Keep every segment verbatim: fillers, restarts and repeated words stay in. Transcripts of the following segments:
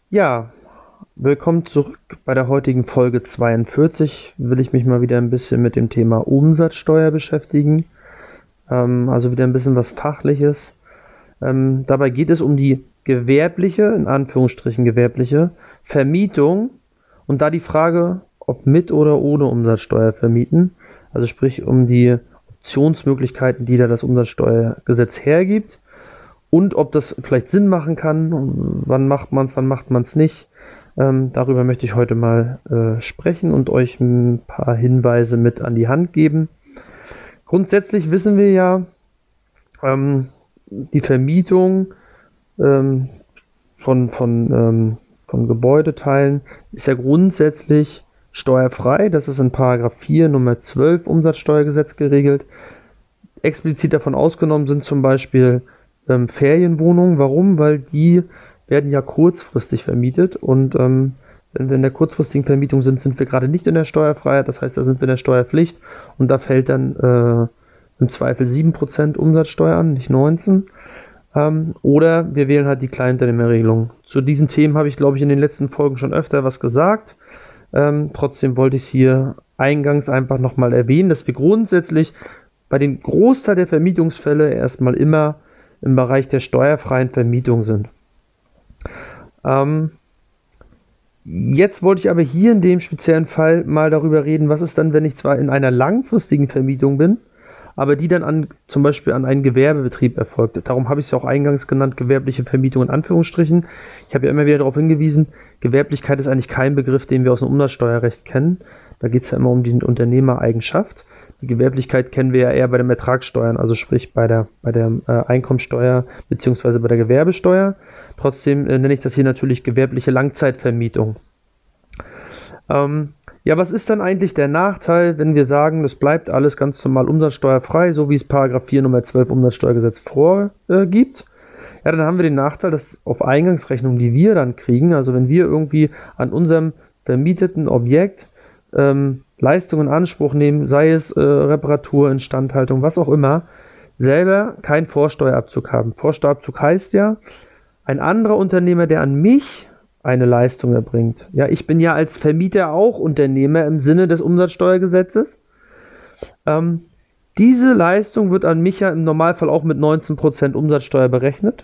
Ja, willkommen zurück bei der heutigen Folge zweiundvierzig. Will ich mich mal wieder ein bisschen mit dem Thema Umsatzsteuer beschäftigen. Ähm, also wieder ein bisschen was Fachliches. Ähm, dabei geht es um die gewerbliche, in Anführungsstrichen gewerbliche, Vermietung und da die Frage, ob mit oder ohne Umsatzsteuer vermieten. Also sprich um die Optionsmöglichkeiten, die da das Umsatzsteuergesetz hergibt. Und ob das vielleicht Sinn machen kann, wann macht man es, wann macht man es nicht. Ähm, darüber möchte ich heute mal äh, sprechen und euch ein paar Hinweise mit an die Hand geben. Grundsätzlich wissen wir ja, ähm, die Vermietung ähm, von, von, ähm, von Gebäudeteilen ist ja grundsätzlich steuerfrei. Das ist in Paragraph vier Nummer zwölf Umsatzsteuergesetz geregelt. Explizit davon ausgenommen sind zum Beispiel ähm, Ferienwohnungen. Warum? Weil die werden ja kurzfristig vermietet und ähm, wenn wir in der kurzfristigen Vermietung sind, sind wir gerade nicht in der Steuerfreiheit, das heißt, da sind wir in der Steuerpflicht und da fällt dann äh, im Zweifel sieben Prozent Umsatzsteuer an, nicht neunzehn. Ähm, oder wir wählen halt die Kleinunternehmerregelung. Zu diesen Themen habe ich, glaube ich, in den letzten Folgen schon öfter was gesagt. Ähm, trotzdem wollte ich es hier eingangs einfach nochmal erwähnen, dass wir grundsätzlich bei den Großteil der Vermietungsfälle erstmal immer im Bereich der steuerfreien Vermietung sind. Ähm, jetzt wollte ich aber hier in dem speziellen Fall mal darüber reden, was ist dann, wenn ich zwar in einer langfristigen Vermietung bin, aber die dann an, zum Beispiel an einen Gewerbebetrieb erfolgt. Darum habe ich es ja auch eingangs genannt, gewerbliche Vermietung in Anführungsstrichen. Ich habe ja immer wieder darauf hingewiesen, Gewerblichkeit ist eigentlich kein Begriff, den wir aus dem Umsatzsteuerrecht kennen. Da geht es ja immer um die Unternehmereigenschaft. Die Gewerblichkeit kennen wir ja eher bei den Ertragssteuern, also sprich bei der, bei der äh, Einkommensteuer bzw. bei der Gewerbesteuer. Trotzdem äh, nenne ich das hier natürlich gewerbliche Langzeitvermietung. Ähm, ja, was ist dann eigentlich der Nachteil, wenn wir sagen, das bleibt alles ganz normal umsatzsteuerfrei, so wie es Paragraph vier Nummer zwölf Umsatzsteuergesetz vorgibt? Ja, dann haben wir den Nachteil, dass auf Eingangsrechnungen, die wir dann kriegen, also wenn wir irgendwie an unserem vermieteten Objekt ähm, Leistungen in Anspruch nehmen, sei es äh, Reparatur, Instandhaltung, was auch immer, selber keinen Vorsteuerabzug haben. Vorsteuerabzug heißt ja, ein anderer Unternehmer, der an mich eine Leistung erbringt. Ja, ich bin ja als Vermieter auch Unternehmer im Sinne des Umsatzsteuergesetzes. Ähm, diese Leistung wird an mich ja im Normalfall auch mit neunzehn Prozent Umsatzsteuer berechnet.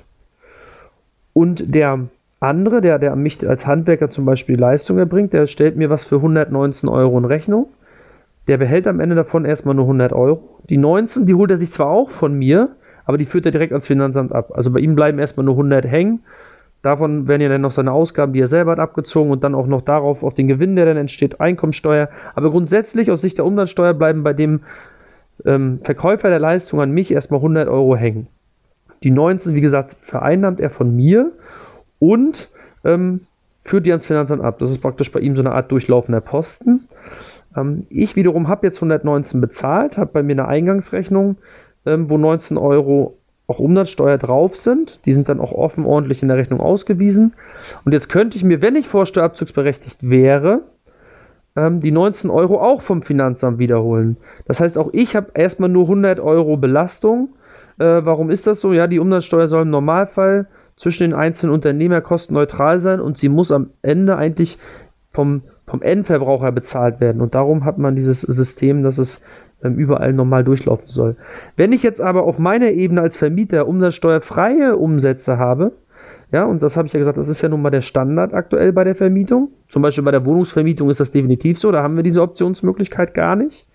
Und der andere, der, der an mich als Handwerker zum Beispiel Leistung erbringt, der stellt mir was für hundertneunzehn Euro in Rechnung. Der behält am Ende davon erstmal nur hundert Euro. Die neunzehn, die holt er sich zwar auch von mir, aber die führt er direkt ans Finanzamt ab. Also bei ihm bleiben erstmal nur hundert hängen. Davon werden ja dann noch seine Ausgaben, die er selber hat, abgezogen und dann auch noch darauf, auf den Gewinn, der dann entsteht, Einkommensteuer. Aber grundsätzlich aus Sicht der Umsatzsteuer bleiben bei dem ähm, Verkäufer der Leistung an mich erstmal hundert Euro hängen. Die neunzehn, wie gesagt, vereinnahmt er von mir und ähm, führt die ans Finanzamt ab. Das ist praktisch bei ihm so eine Art durchlaufender Posten. Ähm, ich wiederum habe jetzt hundertneunzehn bezahlt, habe bei mir eine Eingangsrechnung, ähm, wo neunzehn Euro auch Umsatzsteuer drauf sind. Die sind dann auch offen ordentlich in der Rechnung ausgewiesen. Und jetzt könnte ich mir, wenn ich vorsteuerabzugsberechtigt wäre, ähm, die neunzehn Euro auch vom Finanzamt wiederholen. Das heißt, auch ich habe erstmal nur hundert Euro Belastung. Äh, warum ist das so? Ja, die Umsatzsteuer soll im Normalfall zwischen den einzelnen Unternehmerkosten neutral sein und sie muss am Ende eigentlich vom, vom Endverbraucher bezahlt werden. Und darum hat man dieses System, dass es ähm, überall normal durchlaufen soll. Wenn ich jetzt aber auf meiner Ebene als Vermieter umsatzsteuerfreie Umsätze habe, ja, und das habe ich ja gesagt, das ist ja nun mal der Standard aktuell bei der Vermietung. Zum Beispiel bei der Wohnungsvermietung ist das definitiv so, da haben wir diese Optionsmöglichkeit gar nicht.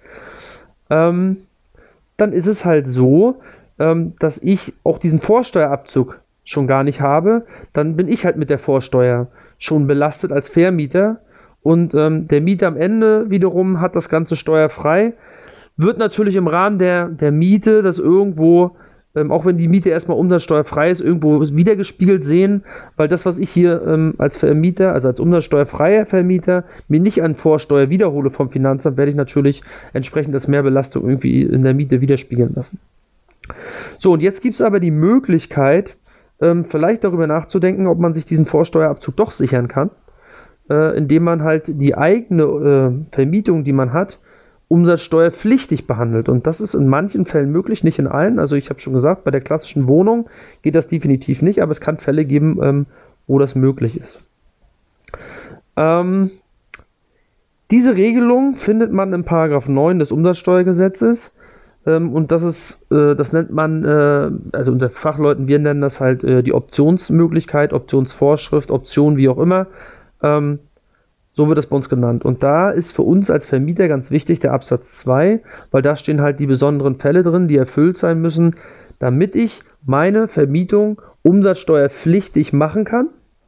Ähm, dann ist es halt so, ähm, dass ich auch diesen Vorsteuerabzug schon gar nicht habe, dann bin ich halt mit der Vorsteuer schon belastet als Vermieter und ähm, der Mieter am Ende wiederum hat das Ganze steuerfrei, wird natürlich im Rahmen der, der Miete das irgendwo, ähm, auch wenn die Miete erstmal umsatzsteuerfrei ist, irgendwo wiedergespiegelt sehen, weil das, was ich hier ähm, als Vermieter, also als umsatzsteuerfreier Vermieter, mir nicht an Vorsteuer wiederhole vom Finanzamt, werde ich natürlich entsprechend als Mehrbelastung irgendwie in der Miete widerspiegeln lassen. So, und jetzt gibt es aber die Möglichkeit, ähm, vielleicht darüber nachzudenken, ob man sich diesen Vorsteuerabzug doch sichern kann, äh, indem man halt die eigene äh, Vermietung, die man hat, umsatzsteuerpflichtig behandelt. Und das ist in manchen Fällen möglich, nicht in allen. Also ich habe schon gesagt, bei der klassischen Wohnung geht das definitiv nicht, aber es kann Fälle geben, ähm, wo das möglich ist. Ähm, diese Regelung findet man im Paragraph neun des Umsatzsteuergesetzes. Ähm, und das ist, äh, das nennt man, äh, also unter Fachleuten, wir nennen das halt äh, die Optionsmöglichkeit, Optionsvorschrift, Option, wie auch immer. Ähm, so wird das bei uns genannt. Und da ist für uns als Vermieter ganz wichtig der Absatz zwei, weil da stehen halt die besonderen Fälle drin, die erfüllt sein müssen, damit ich meine Vermietung umsatzsteuerpflichtig machen kann.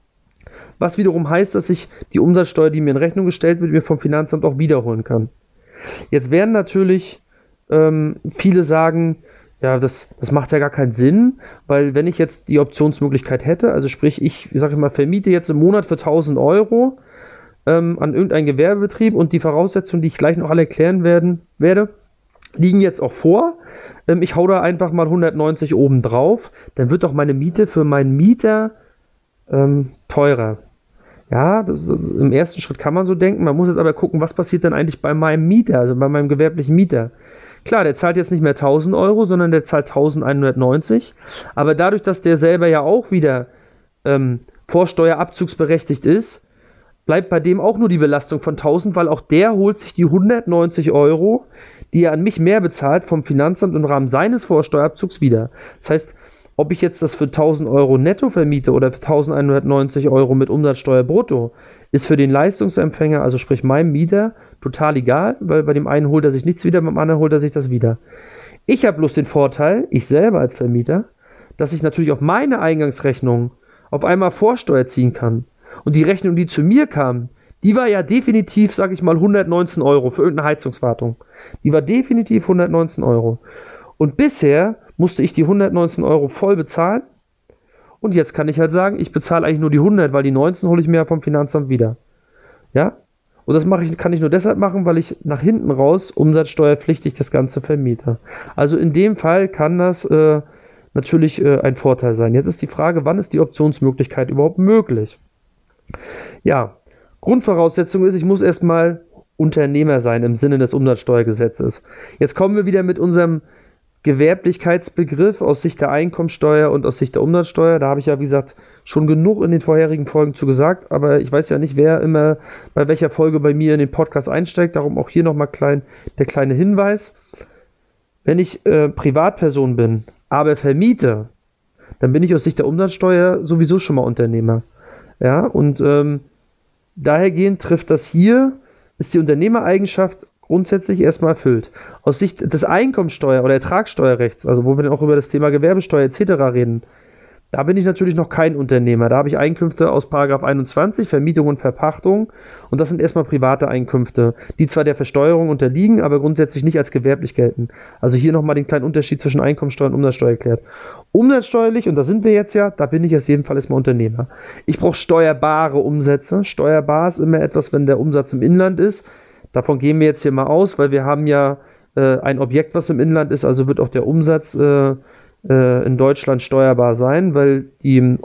Was wiederum heißt, dass ich die Umsatzsteuer, die mir in Rechnung gestellt wird, mir vom Finanzamt auch wiederholen kann. Jetzt werden natürlich ähm, viele sagen, ja, das, das macht ja gar keinen Sinn, weil wenn ich jetzt die Optionsmöglichkeit hätte, also sprich, ich, sage ich mal, vermiete jetzt im Monat für tausend Euro ähm, an irgendeinen Gewerbebetrieb und die Voraussetzungen, die ich gleich noch alle erklären werden, werde, liegen jetzt auch vor. Ähm, ich hau da einfach mal hundertneunzig oben drauf, dann wird doch meine Miete für meinen Mieter ähm, teurer. Ja, das, im ersten Schritt kann man so denken, man muss jetzt aber gucken, was passiert denn eigentlich bei meinem Mieter, also bei meinem gewerblichen Mieter. Klar, der zahlt jetzt nicht mehr tausend Euro, sondern der zahlt eintausendeinhundertneunzig, aber dadurch, dass der selber ja auch wieder ähm, vorsteuerabzugsberechtigt ist, bleibt bei dem auch nur die Belastung von tausend, weil auch der holt sich die hundertneunzig Euro, die er an mich mehr bezahlt, vom Finanzamt im Rahmen seines Vorsteuerabzugs wieder. Das heißt, ob ich jetzt das für tausend Euro netto vermiete oder für eintausendeinhundertneunzig Euro mit Umsatzsteuer brutto, ist für den Leistungsempfänger, also sprich meinem Mieter, total egal, weil bei dem einen holt er sich nichts wieder, beim anderen holt er sich das wieder. Ich habe bloß den Vorteil, ich selber als Vermieter, dass ich natürlich auf meine Eingangsrechnung auf einmal Vorsteuer ziehen kann. Und die Rechnung, die zu mir kam, die war ja definitiv, sag ich mal, hundertneunzehn Euro für irgendeine Heizungswartung. Die war definitiv hundertneunzehn Euro. Und bisher musste ich die hundertneunzehn Euro voll bezahlen. Und jetzt kann ich halt sagen, ich bezahle eigentlich nur die hundert, weil die neunzehn hole ich mir ja vom Finanzamt wieder. Ja? Und das mache ich, kann ich nur deshalb machen, weil ich nach hinten raus umsatzsteuerpflichtig das Ganze vermiete. Also in dem Fall kann das äh, natürlich äh, ein Vorteil sein. Jetzt ist die Frage, wann ist die Optionsmöglichkeit überhaupt möglich? Ja, Grundvoraussetzung ist, ich muss erstmal Unternehmer sein im Sinne des Umsatzsteuergesetzes. Jetzt kommen wir wieder mit unserem Gewerblichkeitsbegriff aus Sicht der Einkommensteuer und aus Sicht der Umsatzsteuer. Da habe ich ja, wie gesagt, schon genug in den vorherigen Folgen zu gesagt, aber ich weiß ja nicht, wer immer bei welcher Folge bei mir in den Podcast einsteigt. Darum auch hier nochmal klein, der kleine Hinweis. Wenn ich äh, Privatperson bin, aber vermiete, dann bin ich aus Sicht der Umsatzsteuer sowieso schon mal Unternehmer. Ja, und ähm, dahergehend trifft das hier, ist die Unternehmereigenschaft grundsätzlich erstmal erfüllt. Aus Sicht des Einkommensteuer- oder Ertragssteuerrechts, also wo wir dann auch über das Thema Gewerbesteuer et cetera reden, da bin ich natürlich noch kein Unternehmer. Da habe ich Einkünfte aus Paragraph einundzwanzig, Vermietung und Verpachtung, und das sind erstmal private Einkünfte, die zwar der Versteuerung unterliegen, aber grundsätzlich nicht als gewerblich gelten. Also hier nochmal den kleinen Unterschied zwischen Einkommensteuer und Umsatzsteuer erklärt. Umsatzsteuerlich, und da sind wir jetzt ja, da bin ich auf jeden Fall erstmal Unternehmer. Ich brauche steuerbare Umsätze. Steuerbar ist immer etwas, wenn der Umsatz im Inland ist. Davon gehen wir jetzt hier mal aus, weil wir haben ja äh, ein Objekt, was im Inland ist, also wird auch der Umsatz äh, äh, in Deutschland steuerbar sein, weil die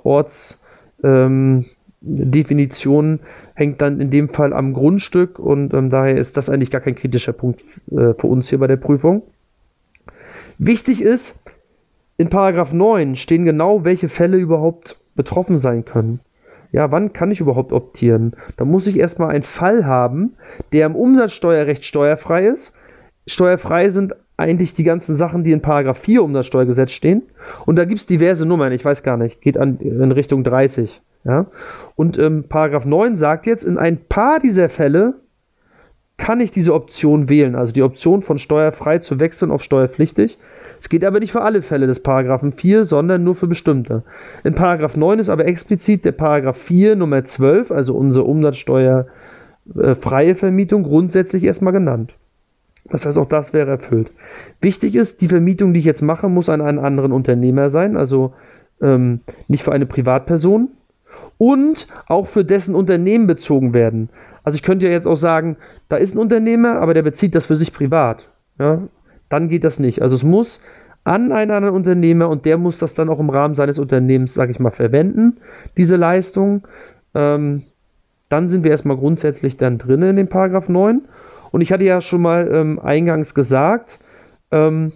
Ortsdefinition ähm, hängt dann in dem Fall am Grundstück, und ähm, daher ist das eigentlich gar kein kritischer Punkt äh, für uns hier bei der Prüfung. Wichtig ist, in Paragraph neun stehen genau, welche Fälle überhaupt betroffen sein können. Ja, wann kann ich überhaupt optieren? Da muss ich erstmal einen Fall haben, der im Umsatzsteuerrecht steuerfrei ist. Steuerfrei sind eigentlich die ganzen Sachen, die in Paragraph vier Umsatzsteuergesetz stehen. Und da gibt es diverse Nummern, ich weiß gar nicht, geht an, in Richtung dreißig. Ja? Und ähm, Paragraph neun sagt jetzt, in ein paar dieser Fälle kann ich diese Option wählen, also die Option von steuerfrei zu wechseln auf steuerpflichtig. Es geht aber nicht für alle Fälle des Paragraphen vier, sondern nur für bestimmte. In Paragraph neun ist aber explizit der Paragraph vier Nummer zwölf, also unsere umsatzsteuerfreie Vermietung, grundsätzlich erstmal genannt. Das heißt, auch das wäre erfüllt. Wichtig ist, die Vermietung, die ich jetzt mache, muss an einen anderen Unternehmer sein, also ähm, nicht für eine Privatperson, und auch für dessen Unternehmen bezogen werden. Also ich könnte ja jetzt auch sagen, da ist ein Unternehmer, aber der bezieht das für sich privat. Ja? Dann geht das nicht. Also es muss an einen anderen Unternehmer, und der muss das dann auch im Rahmen seines Unternehmens, sage ich mal, verwenden, diese Leistung. Ähm, dann sind wir erstmal grundsätzlich dann drin in dem Paragraph neun. Und ich hatte ja schon mal ähm, eingangs gesagt, ähm,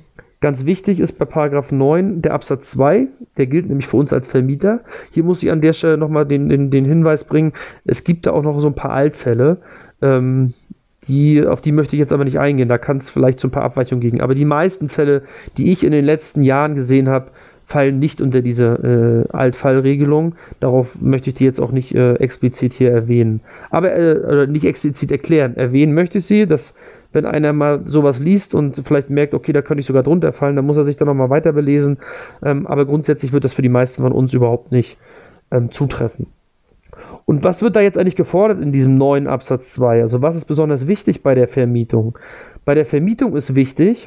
Ganz wichtig ist bei Paragraph neun der Absatz zwei, der gilt nämlich für uns als Vermieter. Hier muss ich an der Stelle nochmal den, den, den Hinweis bringen, es gibt da auch noch so ein paar Altfälle, ähm, die, auf die möchte ich jetzt aber nicht eingehen, da kann es vielleicht so ein paar Abweichungen geben. Aber die meisten Fälle, die ich in den letzten Jahren gesehen habe, fallen nicht unter diese äh, Altfallregelung. Darauf möchte ich die jetzt auch nicht äh, explizit hier erwähnen. Aber äh, oder nicht explizit erklären. Erwähnen möchte ich sie, dass wenn einer mal sowas liest und vielleicht merkt, okay, da könnte ich sogar drunter fallen, dann muss er sich dann nochmal weiter belesen. Ähm, aber grundsätzlich wird das für die meisten von uns überhaupt nicht ähm, zutreffen. Und was wird da jetzt eigentlich gefordert in diesem neuen Absatz zwei? Also was ist besonders wichtig bei der Vermietung? Bei der Vermietung ist wichtig,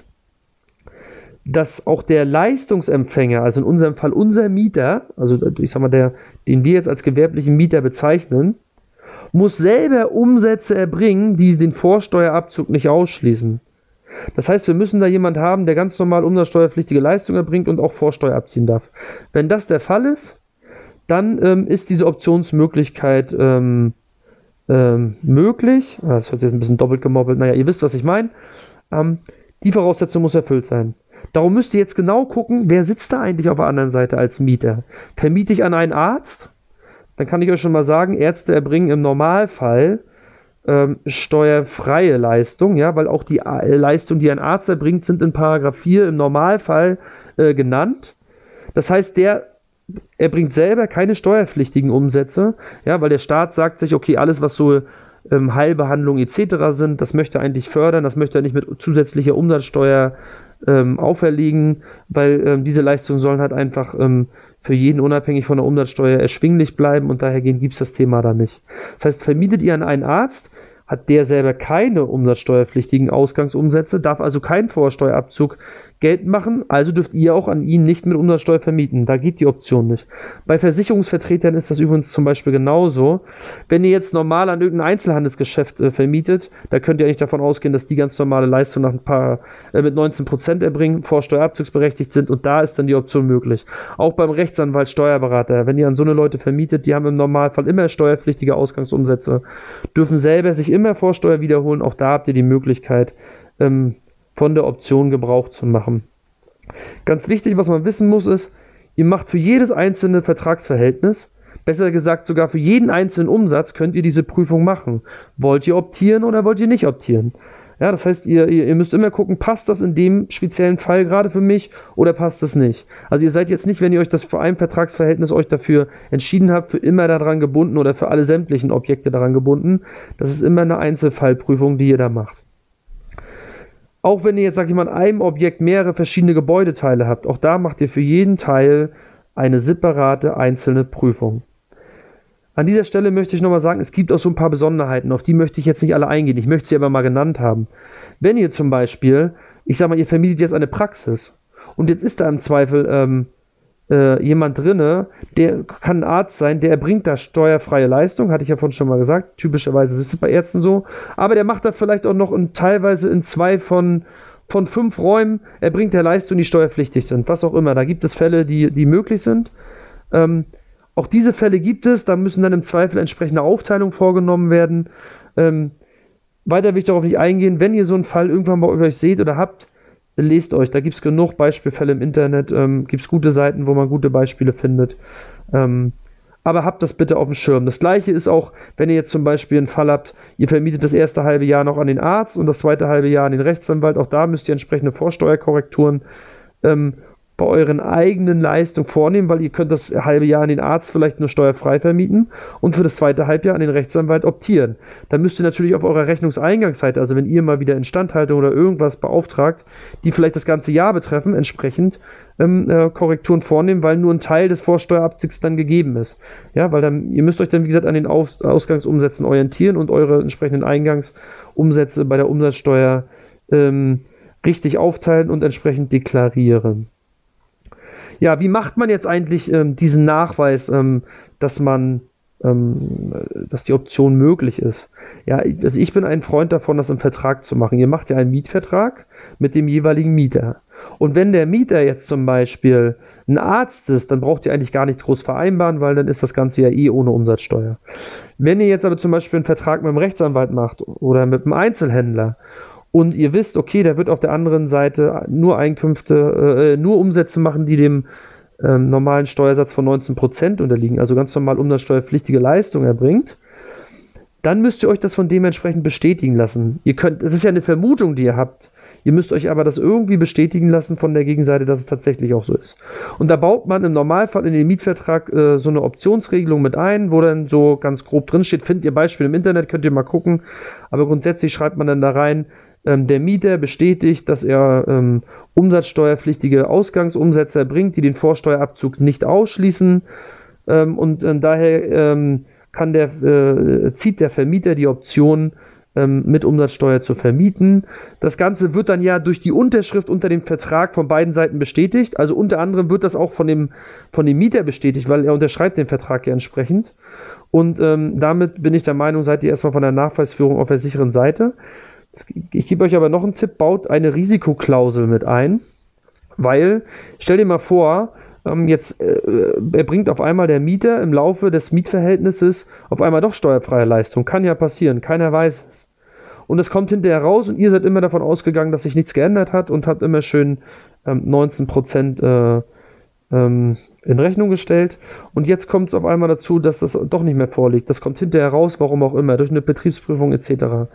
dass auch der Leistungsempfänger, also in unserem Fall unser Mieter, also ich sag mal, der, den wir jetzt als gewerblichen Mieter bezeichnen, muss selber Umsätze erbringen, die den Vorsteuerabzug nicht ausschließen. Das heißt, wir müssen da jemanden haben, der ganz normal umsatzsteuerpflichtige Leistungen erbringt und auch Vorsteuer abziehen darf. Wenn das der Fall ist, dann ähm, ist diese Optionsmöglichkeit ähm, ähm, möglich. Das wird jetzt ein bisschen doppelt gemobbelt. Naja, ihr wisst, was ich meine. Ähm, die Voraussetzung muss erfüllt sein. Darum müsst ihr jetzt genau gucken, wer sitzt da eigentlich auf der anderen Seite als Mieter. Vermiete ich an einen Arzt? Dann kann ich euch schon mal sagen, Ärzte erbringen im Normalfall ähm, steuerfreie Leistung, ja, weil auch die äh, Leistung, die ein Arzt erbringt, sind in Paragraph vier im Normalfall äh, genannt. Das heißt, der erbringt selber keine steuerpflichtigen Umsätze, ja, weil der Staat sagt sich, okay, alles, was so ähm, Heilbehandlung et cetera sind, das möchte er eigentlich fördern, das möchte er nicht mit zusätzlicher Umsatzsteuer ähm, auferlegen, weil ähm, diese Leistungen sollen halt einfach ähm, für jeden unabhängig von der Umsatzsteuer erschwinglich bleiben und dahergehend gibt es das Thema da nicht. Das heißt, vermietet ihr an einen Arzt, hat der selber keine umsatzsteuerpflichtigen Ausgangsumsätze, darf also keinen Vorsteuerabzug geltend machen, also dürft ihr auch an ihn nicht mit Umsatzsteuer vermieten. Da geht die Option nicht. Bei Versicherungsvertretern ist das übrigens zum Beispiel genauso. Wenn ihr jetzt normal an irgendein Einzelhandelsgeschäft äh, vermietet, da könnt ihr eigentlich davon ausgehen, dass die ganz normale Leistung nach ein paar äh, mit neunzehn Prozent erbringen, vorsteuerabzugsberechtigt sind und da ist dann die Option möglich. Auch beim Rechtsanwalt, Steuerberater, wenn ihr an so eine Leute vermietet, die haben im Normalfall immer steuerpflichtige Ausgangsumsätze, dürfen selber sich immer Vorsteuer wiederholen, auch da habt ihr die Möglichkeit, ähm, von der Option Gebrauch zu machen. Ganz wichtig, was man wissen muss, ist, ihr macht für jedes einzelne Vertragsverhältnis, besser gesagt sogar für jeden einzelnen Umsatz, könnt ihr diese Prüfung machen. Wollt ihr optieren oder wollt ihr nicht optieren? Ja, das heißt, ihr, ihr, ihr müsst immer gucken, passt das in dem speziellen Fall gerade für mich oder passt das nicht? Also ihr seid jetzt nicht, wenn ihr euch das für ein Vertragsverhältnis euch dafür entschieden habt, für immer daran gebunden oder für alle sämtlichen Objekte daran gebunden. Das ist immer eine Einzelfallprüfung, die ihr da macht. Auch wenn ihr jetzt, sag ich mal, an einem Objekt mehrere verschiedene Gebäudeteile habt, auch da macht ihr für jeden Teil eine separate einzelne Prüfung. An dieser Stelle möchte ich nochmal sagen, es gibt auch so ein paar Besonderheiten, auf die möchte ich jetzt nicht alle eingehen, ich möchte sie aber mal genannt haben. Wenn ihr zum Beispiel, ich sag mal, ihr vermietet jetzt eine Praxis und jetzt ist da im Zweifel ähm, äh, jemand drinne, der kann ein Arzt sein, der erbringt da steuerfreie Leistung, hatte ich ja vorhin schon mal gesagt, typischerweise ist es bei Ärzten so, aber der macht da vielleicht auch noch in, teilweise in zwei von, von fünf Räumen, erbringt der Leistungen, die steuerpflichtig sind, was auch immer, da gibt es Fälle, die, die möglich sind. Ähm, auch diese Fälle gibt es, da müssen dann im Zweifel entsprechende Aufteilungen vorgenommen werden. Ähm, weiter will ich darauf nicht eingehen, wenn ihr so einen Fall irgendwann bei euch seht oder habt, lest euch, da gibt es genug Beispielfälle im Internet, ähm, gibt es gute Seiten, wo man gute Beispiele findet. Ähm, aber habt das bitte auf dem Schirm. Das gleiche ist auch, wenn ihr jetzt zum Beispiel einen Fall habt, ihr vermietet das erste halbe Jahr noch an den Arzt und das zweite halbe Jahr an den Rechtsanwalt, auch da müsst ihr entsprechende Vorsteuerkorrekturen ähm, bei euren eigenen Leistungen vornehmen, weil ihr könnt das halbe Jahr an den Arzt vielleicht nur steuerfrei vermieten und für das zweite Halbjahr an den Rechtsanwalt optieren. Dann müsst ihr natürlich auf eurer Rechnungseingangsseite, also wenn ihr mal wieder Instandhaltung oder irgendwas beauftragt, die vielleicht das ganze Jahr betreffen, entsprechend ähm, äh, Korrekturen vornehmen, weil nur ein Teil des Vorsteuerabzugs dann gegeben ist. Ja, weil dann, ihr müsst euch dann, wie gesagt, an den Aus Ausgangsumsätzen orientieren und eure entsprechenden Eingangsumsätze bei der Umsatzsteuer ähm, richtig aufteilen und entsprechend deklarieren. Ja, wie macht man jetzt eigentlich ähm, diesen Nachweis, ähm, dass man, ähm, dass die Option möglich ist? Ja, also ich bin ein Freund davon, das im Vertrag zu machen. Ihr macht ja einen Mietvertrag mit dem jeweiligen Mieter. Und wenn der Mieter jetzt zum Beispiel ein Arzt ist, dann braucht ihr eigentlich gar nicht groß vereinbaren, weil dann ist das Ganze ja eh ohne Umsatzsteuer. Wenn ihr jetzt aber zum Beispiel einen Vertrag mit einem Rechtsanwalt macht oder mit einem Einzelhändler und ihr wisst, okay, der wird auf der anderen Seite nur Einkünfte, äh, nur Umsätze machen, die dem ähm, normalen Steuersatz von neunzehn Prozent unterliegen, also ganz normal umsatzsteuerpflichtige Leistung erbringt, dann müsst ihr euch das von dementsprechend bestätigen lassen. Ihr könnt, das ist ja eine Vermutung, die ihr habt. Ihr müsst euch aber das irgendwie bestätigen lassen von der Gegenseite, dass es tatsächlich auch so ist. Und da baut man im Normalfall in den Mietvertrag äh, so eine Optionsregelung mit ein, wo dann so ganz grob drin steht, findet ihr Beispiele im Internet, könnt ihr mal gucken, aber grundsätzlich schreibt man dann da rein, ähm, der Mieter bestätigt, dass er ähm, umsatzsteuerpflichtige Ausgangsumsätze erbringt, die den Vorsteuerabzug nicht ausschließen, ähm, und äh, daher ähm, kann der, äh, zieht der Vermieter die Option, ähm, mit Umsatzsteuer zu vermieten. Das Ganze wird dann ja durch die Unterschrift unter dem Vertrag von beiden Seiten bestätigt. Also unter anderem wird das auch von dem, von dem Mieter bestätigt, weil er unterschreibt den Vertrag ja entsprechend. Und ähm, damit bin ich der Meinung, seid ihr erstmal von der Nachweisführung auf der sicheren Seite. Ich gebe euch aber noch einen Tipp, baut eine Risikoklausel mit ein, weil, stell dir mal vor, Jetzt äh, erbringt auf einmal der Mieter im Laufe des Mietverhältnisses auf einmal doch steuerfreie Leistung. Kann ja passieren, keiner weiß es. Und es kommt hinterher raus und ihr seid immer davon ausgegangen, dass sich nichts geändert hat und habt immer schön ähm, neunzehn Prozent äh, ähm, in Rechnung gestellt. Und jetzt kommt es auf einmal dazu, dass das doch nicht mehr vorliegt. Das kommt hinterher raus, warum auch immer, durch eine Betriebsprüfung et cetera.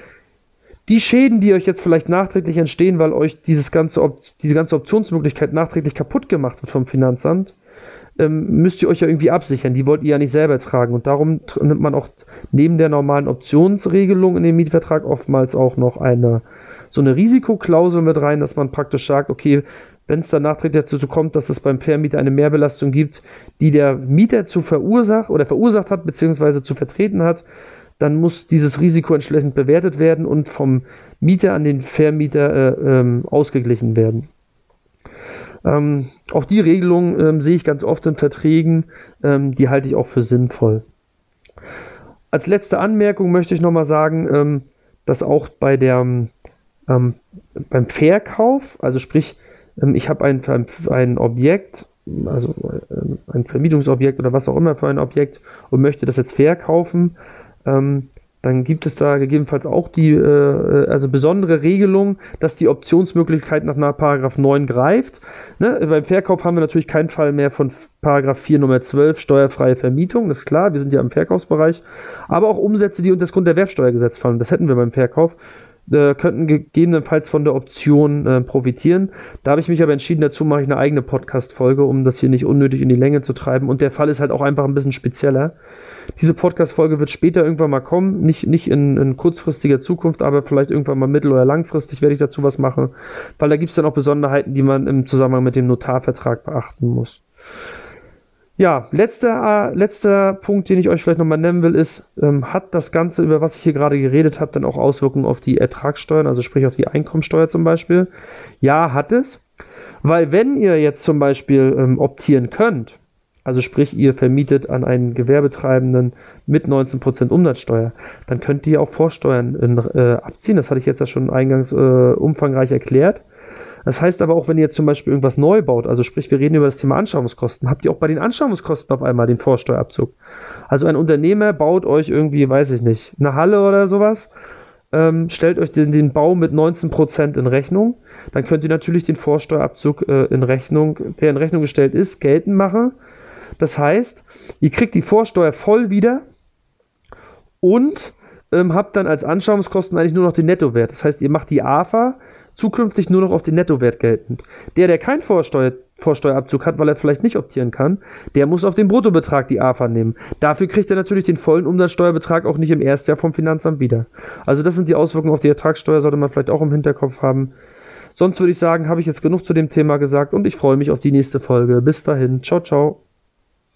Die Schäden, die euch jetzt vielleicht nachträglich entstehen, weil euch dieses ganze Op- diese ganze Optionsmöglichkeit nachträglich kaputt gemacht wird vom Finanzamt, ähm, müsst ihr euch ja irgendwie absichern. Die wollt ihr ja nicht selber tragen. Und darum nimmt man auch neben der normalen Optionsregelung in dem Mietvertrag oftmals auch noch eine so eine Risikoklausel mit rein, dass man praktisch sagt, okay, wenn es dann nachträglich dazu kommt, dass es beim Vermieter eine Mehrbelastung gibt, die der Mieter zu verursacht oder verursacht hat, beziehungsweise zu vertreten hat, dann muss dieses Risiko entsprechend bewertet werden und vom Mieter an den Vermieter äh, ähm, ausgeglichen werden. Ähm, auch die Regelung ähm, sehe ich ganz oft in Verträgen, ähm, die halte ich auch für sinnvoll. Als letzte Anmerkung möchte ich nochmal sagen, ähm, dass auch bei der, ähm, beim Verkauf, also sprich, ähm, ich habe ein, ein, ein Objekt, also äh, ein Vermietungsobjekt oder was auch immer für ein Objekt und möchte das jetzt verkaufen, Ähm, dann gibt es da gegebenenfalls auch die äh, also besondere Regelung, dass die Optionsmöglichkeit nach, nach Paragraph neun greift. Ne? Beim Verkauf haben wir natürlich keinen Fall mehr von Paragraph vier Nummer zwölf, steuerfreie Vermietung, das ist klar, wir sind ja im Verkaufsbereich, aber auch Umsätze, die unter das Grunderwerbsteuergesetz fallen, das hätten wir beim Verkauf, äh, könnten gegebenenfalls von der Option äh, profitieren. Da habe ich mich aber entschieden, dazu mache ich eine eigene Podcast-Folge, um das hier nicht unnötig in die Länge zu treiben, und der Fall ist halt auch einfach ein bisschen spezieller. Diese Podcast-Folge wird später irgendwann mal kommen, nicht, nicht in, in kurzfristiger Zukunft, aber vielleicht irgendwann mal mittel- oder langfristig werde ich dazu was machen, weil da gibt es dann auch Besonderheiten, die man im Zusammenhang mit dem Notarvertrag beachten muss. Ja, letzter, äh, letzter Punkt, den ich euch vielleicht nochmal nennen will, ist, ähm, hat das Ganze, über was ich hier gerade geredet habe, dann auch Auswirkungen auf die Ertragssteuern, also sprich auf die Einkommensteuer zum Beispiel? Ja, hat es, weil wenn ihr jetzt zum Beispiel ähm, optieren könnt, also sprich, ihr vermietet an einen Gewerbetreibenden mit neunzehn Prozent Umsatzsteuer, dann könnt ihr auch Vorsteuern in, äh, abziehen. Das hatte ich jetzt ja schon eingangs äh, umfangreich erklärt. Das heißt aber auch, wenn ihr jetzt zum Beispiel irgendwas neu baut, also sprich, wir reden über das Thema Anschaffungskosten, habt ihr auch bei den Anschaffungskosten auf einmal den Vorsteuerabzug. Also ein Unternehmer baut euch irgendwie, weiß ich nicht, eine Halle oder sowas, ähm, stellt euch den, den Bau mit neunzehn Prozent in Rechnung, dann könnt ihr natürlich den Vorsteuerabzug äh, in Rechnung, der in Rechnung gestellt ist, geltend machen. Das heißt, ihr kriegt die Vorsteuer voll wieder und ähm, habt dann als Anschaffungskosten eigentlich nur noch den Nettowert. Das heißt, ihr macht die A F A zukünftig nur noch auf den Nettowert geltend. Der, der keinen Vorsteuer, Vorsteuerabzug hat, weil er vielleicht nicht optieren kann, der muss auf den Bruttobetrag die A F A nehmen. Dafür kriegt er natürlich den vollen Umsatzsteuerbetrag auch nicht im Erstjahr vom Finanzamt wieder. Also das sind die Auswirkungen auf die Ertragssteuer, sollte man vielleicht auch im Hinterkopf haben. Sonst würde ich sagen, habe ich jetzt genug zu dem Thema gesagt und ich freue mich auf die nächste Folge. Bis dahin, ciao, ciao.